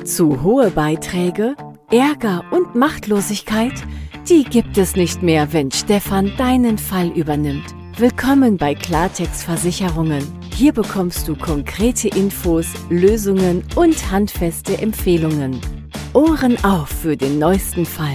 Zu hohe Beiträge, Ärger und Machtlosigkeit, die gibt es nicht mehr, wenn Stefan deinen Fall übernimmt. Willkommen bei Klartext Versicherungen. Hier bekommst du konkrete Infos, Lösungen und handfeste Empfehlungen. Ohren auf für den neuesten Fall.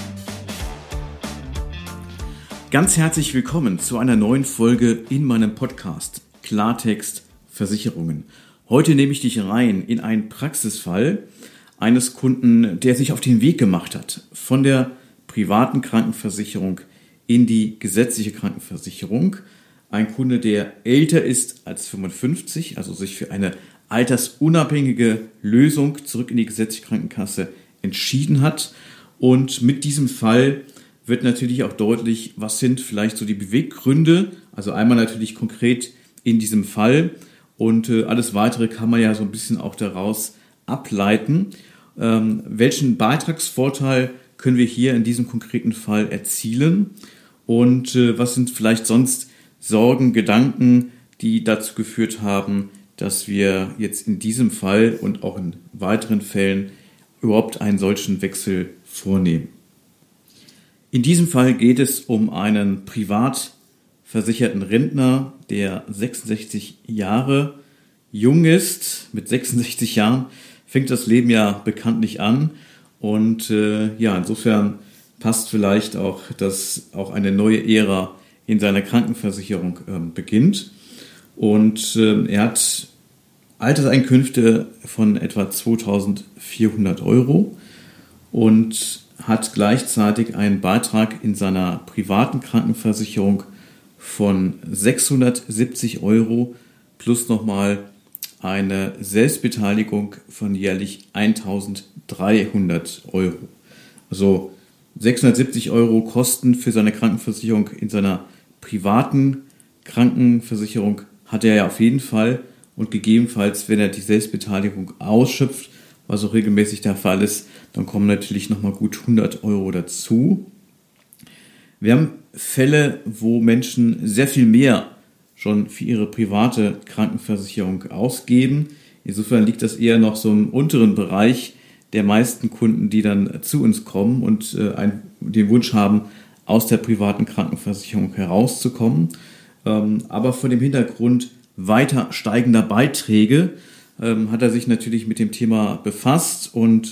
Ganz herzlich willkommen zu einer neuen Folge in meinem Podcast Klartext Versicherungen. Heute nehme ich dich rein in einen Praxisfall eines Kunden, der sich auf den Weg gemacht hat von der privaten Krankenversicherung in die gesetzliche Krankenversicherung. Ein Kunde, der älter ist als 55, also sich für eine altersunabhängige Lösung zurück in die gesetzliche Krankenkasse entschieden hat. Und mit diesem Fall wird natürlich auch deutlich, was sind vielleicht so die Beweggründe, also einmal natürlich konkret in diesem Fall und alles Weitere kann man ja so ein bisschen auch daraus ableiten. Welchen Beitragsvorteil können wir hier in diesem konkreten Fall erzielen und was sind vielleicht sonst Sorgen, Gedanken, die dazu geführt haben, dass wir jetzt in diesem Fall und auch in weiteren Fällen überhaupt einen solchen Wechsel vornehmen. In diesem Fall geht es um einen privat versicherten Rentner, der 66 Jahre jung ist. Mit 66 Jahren fängt das Leben ja bekanntlich an und insofern passt vielleicht auch, dass auch eine neue Ära in seiner Krankenversicherung beginnt. Und er hat Alterseinkünfte von etwa 2.400 Euro und hat gleichzeitig einen Beitrag in seiner privaten Krankenversicherung von 670 Euro plus nochmal eine Selbstbeteiligung von jährlich 1.300 Euro. Also 670 Euro Kosten für seine Krankenversicherung in seiner privaten Krankenversicherung hat er ja auf jeden Fall und gegebenenfalls, wenn er die Selbstbeteiligung ausschöpft, was auch regelmäßig der Fall ist, dann kommen natürlich nochmal gut 100 Euro dazu. Wir haben Fälle, wo Menschen sehr viel mehr schon für ihre private Krankenversicherung ausgeben. Insofern liegt das eher noch so im unteren Bereich der meisten Kunden, die dann zu uns kommen und den Wunsch haben, aus der privaten Krankenversicherung herauszukommen. Aber vor dem Hintergrund weiter steigender Beiträge hat er sich natürlich mit dem Thema befasst und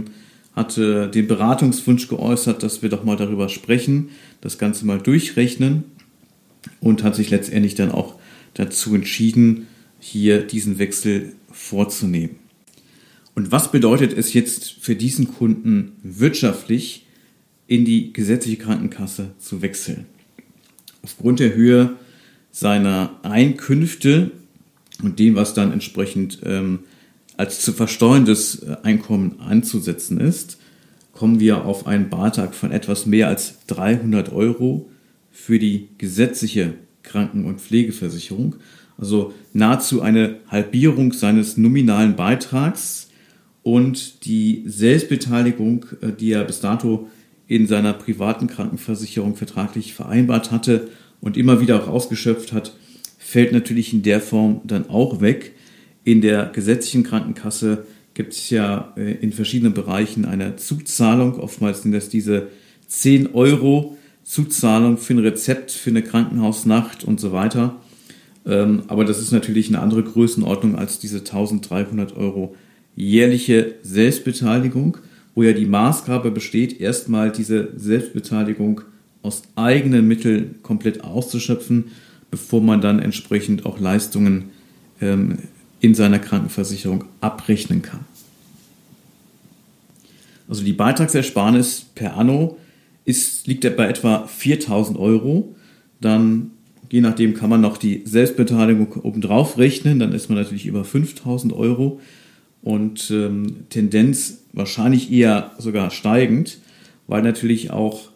hatte den Beratungswunsch geäußert, dass wir doch mal darüber sprechen, das Ganze mal durchrechnen und hat sich letztendlich dann auch dazu entschieden, hier diesen Wechsel vorzunehmen. Und was bedeutet es jetzt für diesen Kunden wirtschaftlich, in die gesetzliche Krankenkasse zu wechseln? Aufgrund der Höhe seiner Einkünfte und dem, was dann entsprechend als zu versteuerndes Einkommen anzusetzen ist, kommen wir auf einen Beitrag von etwas mehr als 300 Euro für die gesetzliche Kranken- und Pflegeversicherung. Also nahezu eine Halbierung seines nominalen Beitrags und die Selbstbeteiligung, die er bis dato in seiner privaten Krankenversicherung vertraglich vereinbart hatte und immer wieder auch ausgeschöpft hat, fällt natürlich in der Form dann auch weg. In der gesetzlichen Krankenkasse gibt es ja in verschiedenen Bereichen eine Zuzahlung. Oftmals sind das diese 10 Euro Zuzahlung für ein Rezept, für eine Krankenhausnacht und so weiter. Aber das ist natürlich eine andere Größenordnung als diese 1.300 Euro jährliche Selbstbeteiligung, wo ja die Maßgabe besteht, erstmal diese Selbstbeteiligung aus eigenen Mitteln komplett auszuschöpfen, bevor man dann entsprechend auch Leistungen in seiner Krankenversicherung abrechnen kann. Also die Beitragsersparnis per Anno liegt ja bei etwa 4.000 Euro. Dann, je nachdem, kann man noch die Selbstbeteiligung obendrauf rechnen. Dann ist man natürlich über 5.000 Euro und Tendenz wahrscheinlich eher sogar steigend, weil natürlich auch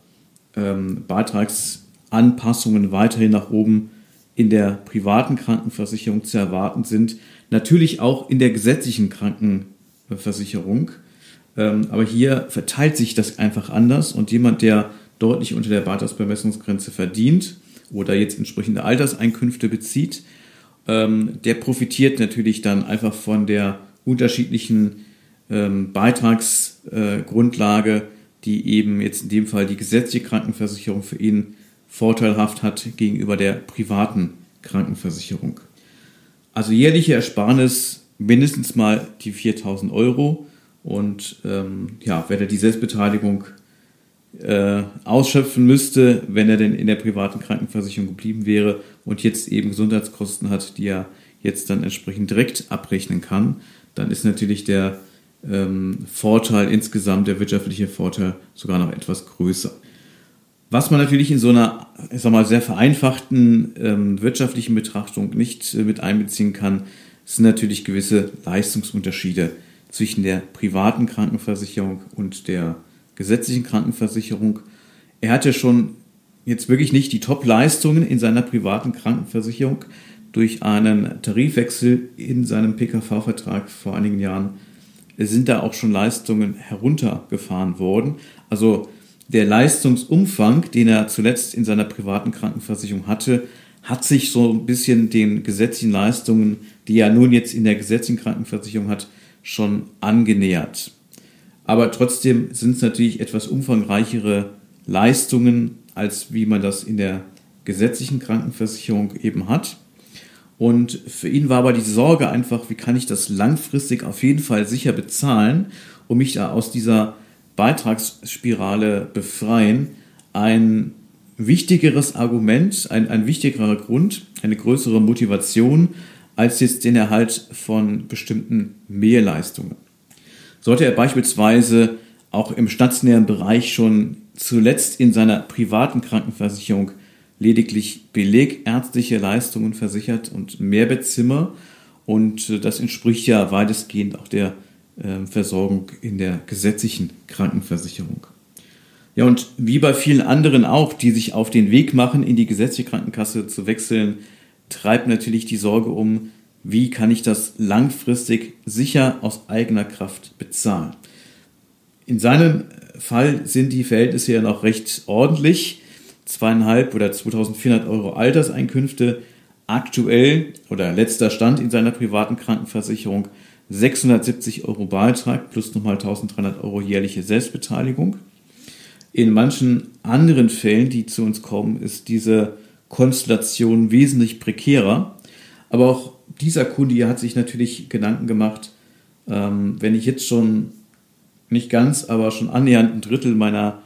Beitragsanpassungen weiterhin nach oben in der privaten Krankenversicherung zu erwarten sind. Natürlich auch in der gesetzlichen Krankenversicherung. Aber hier verteilt sich das einfach anders und jemand, der deutlich unter der Beitragsbemessungsgrenze verdient oder jetzt entsprechende Alterseinkünfte bezieht, der profitiert natürlich dann einfach von der unterschiedlichen Beitragsgrundlage, die eben jetzt in dem Fall die gesetzliche Krankenversicherung für ihn vorteilhaft hat gegenüber der privaten Krankenversicherung. Also jährliche Ersparnis mindestens mal die 4.000 Euro und wenn er die Selbstbeteiligung ausschöpfen müsste, wenn er denn in der privaten Krankenversicherung geblieben wäre und jetzt eben Gesundheitskosten hat, die er jetzt dann entsprechend direkt abrechnen kann, dann ist natürlich der Vorteil insgesamt, der wirtschaftliche Vorteil sogar noch etwas größer. Was man natürlich in so einer, sehr vereinfachten wirtschaftlichen Betrachtung nicht mit einbeziehen kann, sind natürlich gewisse Leistungsunterschiede zwischen der privaten Krankenversicherung und der gesetzlichen Krankenversicherung. Er hatte schon jetzt wirklich nicht die Top-Leistungen in seiner privaten Krankenversicherung. Durch einen Tarifwechsel in seinem PKV-Vertrag vor einigen Jahren sind da auch schon Leistungen heruntergefahren worden. Also der Leistungsumfang, den er zuletzt in seiner privaten Krankenversicherung hatte, hat sich so ein bisschen den gesetzlichen Leistungen, die er nun jetzt in der gesetzlichen Krankenversicherung hat, schon angenähert. Aber trotzdem sind es natürlich etwas umfangreichere Leistungen, als wie man das in der gesetzlichen Krankenversicherung eben hat. Und für ihn war aber die Sorge einfach, wie kann ich das langfristig auf jeden Fall sicher bezahlen, um mich da aus dieser Beitragsspirale befreien, ein wichtigeres Argument, ein wichtigerer Grund, eine größere Motivation als jetzt den Erhalt von bestimmten Mehrleistungen. Sollte er beispielsweise auch im stationären Bereich schon zuletzt in seiner privaten Krankenversicherung lediglich belegärztliche Leistungen versichert und Mehrbettzimmer, und das entspricht ja weitestgehend auch der Versorgung in der gesetzlichen Krankenversicherung. Ja, und wie bei vielen anderen auch, die sich auf den Weg machen, in die gesetzliche Krankenkasse zu wechseln, treibt natürlich die Sorge um, wie kann ich das langfristig sicher aus eigener Kraft bezahlen. In seinem Fall sind die Verhältnisse ja noch recht ordentlich. 2.500 oder 2.400 Euro Alterseinkünfte, aktuell oder letzter Stand in seiner privaten Krankenversicherung 670 Euro Beitrag plus nochmal 1.300 Euro jährliche Selbstbeteiligung. In manchen anderen Fällen, die zu uns kommen, ist diese Konstellation wesentlich prekärer. Aber auch dieser Kunde hier hat sich natürlich Gedanken gemacht, wenn ich jetzt schon nicht ganz, aber schon annähernd ein Drittel meiner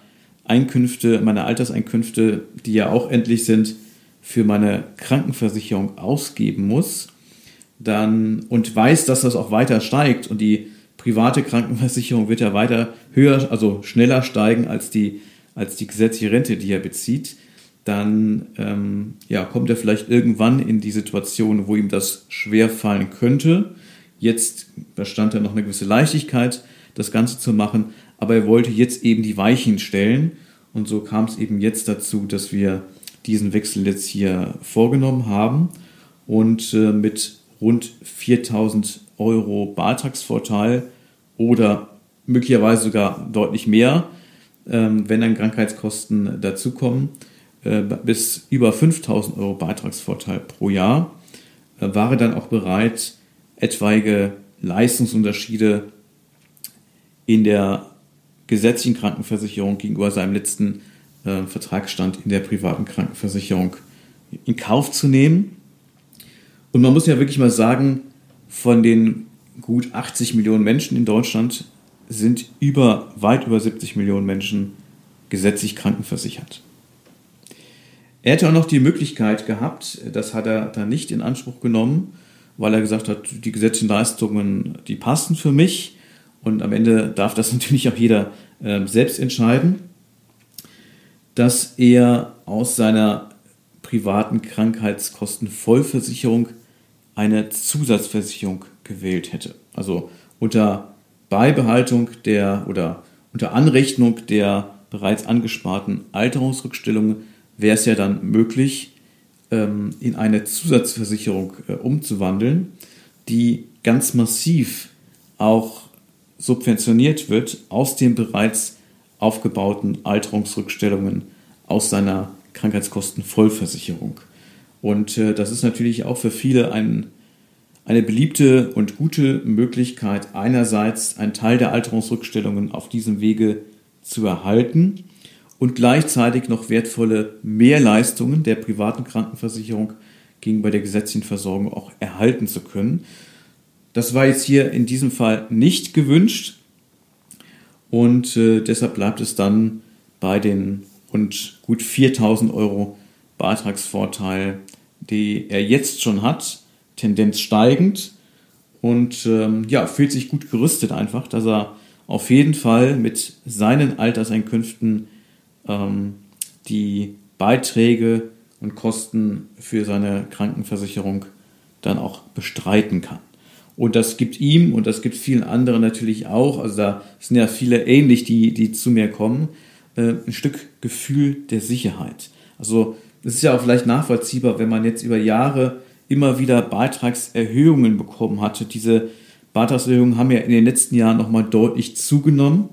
Alterseinkünfte, die ja auch endlich sind, für meine Krankenversicherung ausgeben muss, dann und weiß, dass das auch weiter steigt und die private Krankenversicherung wird ja weiter höher, also schneller steigen als die gesetzliche Rente, die er bezieht, dann kommt er vielleicht irgendwann in die Situation, wo ihm das schwer fallen könnte. Jetzt bestand ja noch eine gewisse Leichtigkeit, das Ganze zu machen, aber er wollte jetzt eben die Weichen stellen und so kam es eben jetzt dazu, dass wir diesen Wechsel jetzt hier vorgenommen haben und mit rund 4.000 Euro Beitragsvorteil oder möglicherweise sogar deutlich mehr, wenn dann Krankheitskosten dazukommen, bis über 5.000 Euro Beitragsvorteil pro Jahr, war er dann auch bereit, etwaige Leistungsunterschiede in der gesetzlichen Krankenversicherung gegenüber seinem letzten Vertragsstand in der privaten Krankenversicherung in Kauf zu nehmen. Und man muss ja wirklich mal sagen, von den gut 80 Millionen Menschen in Deutschland sind weit über 70 Millionen Menschen gesetzlich krankenversichert. Er hätte auch noch die Möglichkeit gehabt, das hat er dann nicht in Anspruch genommen, weil er gesagt hat, die gesetzlichen Leistungen, die passen für mich und am Ende darf das natürlich auch jeder selbst entscheiden, dass er aus seiner privaten Krankheitskostenvollversicherung eine Zusatzversicherung gewählt hätte. Also unter Beibehaltung oder unter Anrechnung der bereits angesparten Alterungsrückstellungen wäre es ja dann möglich, in eine Zusatzversicherung umzuwandeln, die ganz massiv auch subventioniert wird aus den bereits aufgebauten Alterungsrückstellungen aus seiner Krankheitskostenvollversicherung. Und das ist natürlich auch für viele ein eine beliebte und gute Möglichkeit, einerseits einen Teil der Alterungsrückstellungen auf diesem Wege zu erhalten und gleichzeitig noch wertvolle Mehrleistungen der privaten Krankenversicherung gegenüber der gesetzlichen Versorgung auch erhalten zu können. Das war jetzt hier in diesem Fall nicht gewünscht und deshalb bleibt es dann bei den rund gut 4.000 Euro Beitragsvorteil, die er jetzt schon hat, Tendenz steigend und fühlt sich gut gerüstet einfach, dass er auf jeden Fall mit seinen Alterseinkünften die Beiträge und Kosten für seine Krankenversicherung dann auch bestreiten kann. Und das gibt ihm und das gibt vielen anderen natürlich auch, also da sind ja viele ähnlich, die zu mir kommen, ein Stück Gefühl der Sicherheit. Also es ist ja auch vielleicht nachvollziehbar, wenn man jetzt über Jahre immer wieder Beitragserhöhungen bekommen hatte. Diese Beitragserhöhungen haben ja in den letzten Jahren nochmal deutlich zugenommen.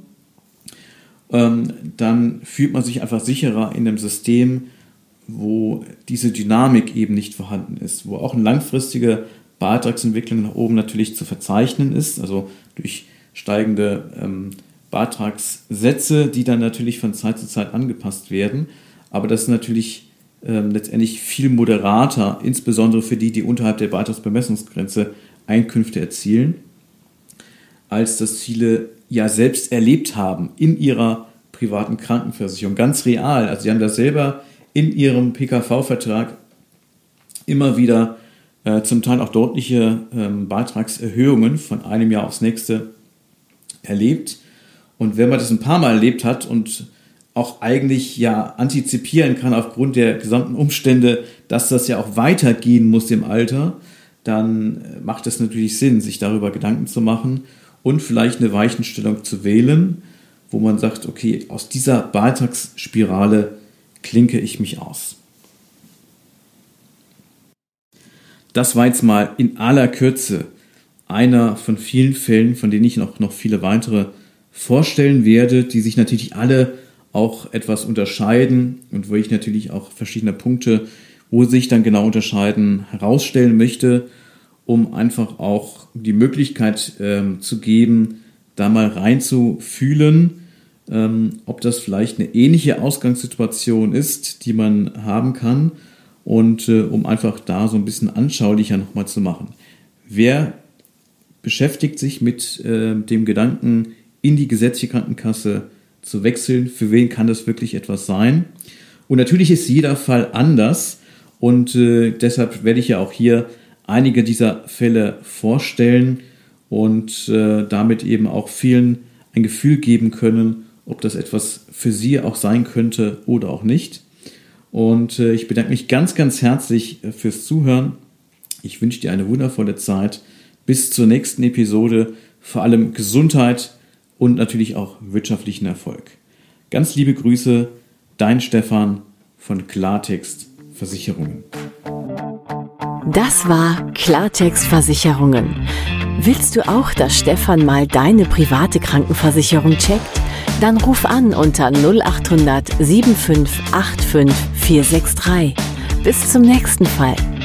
Dann fühlt man sich einfach sicherer in einem System, wo diese Dynamik eben nicht vorhanden ist, wo auch eine langfristige Beitragsentwicklung nach oben natürlich zu verzeichnen ist, also durch steigende Beitragssätze, die dann natürlich von Zeit zu Zeit angepasst werden. Aber das ist natürlich letztendlich viel moderater, insbesondere für die unterhalb der Beitragsbemessungsgrenze Einkünfte erzielen, als das viele ja selbst erlebt haben in ihrer privaten Krankenversicherung. Ganz real. Also sie haben das selber in ihrem PKV-Vertrag immer wieder zum Teil auch deutliche Beitragserhöhungen von einem Jahr aufs nächste erlebt. Und wenn man das ein paar Mal erlebt hat und auch eigentlich ja antizipieren kann aufgrund der gesamten Umstände, dass das ja auch weitergehen muss im Alter, dann macht es natürlich Sinn, sich darüber Gedanken zu machen und vielleicht eine Weichenstellung zu wählen, wo man sagt, okay, aus dieser Beitragsspirale klinke ich mich aus. Das war jetzt mal in aller Kürze einer von vielen Fällen, von denen ich noch viele weitere vorstellen werde, die sich natürlich alle auch etwas unterscheiden und wo ich natürlich auch verschiedene Punkte, wo sich dann genau unterscheiden, herausstellen möchte, um einfach auch die Möglichkeit zu geben, da mal reinzufühlen, ob das vielleicht eine ähnliche Ausgangssituation ist, die man haben kann und um einfach da so ein bisschen anschaulicher nochmal zu machen. Wer beschäftigt sich mit dem Gedanken, in die gesetzliche Krankenkasse zu wechseln? Für wen kann das wirklich etwas sein? Und natürlich ist jeder Fall anders und deshalb werde ich ja auch hier einige dieser Fälle vorstellen und damit eben auch vielen ein Gefühl geben können, ob das etwas für sie auch sein könnte oder auch nicht. Und ich bedanke mich ganz, ganz herzlich fürs Zuhören. Ich wünsche dir eine wundervolle Zeit. Bis zur nächsten Episode. Vor allem Gesundheit und natürlich auch wirtschaftlichen Erfolg. Ganz liebe Grüße, dein Stefan von Klartext Versicherungen. Das war Klartext Versicherungen. Willst du auch, dass Stefan mal deine private Krankenversicherung checkt? Dann ruf an unter 0800 7585 463. Bis zum nächsten Fall.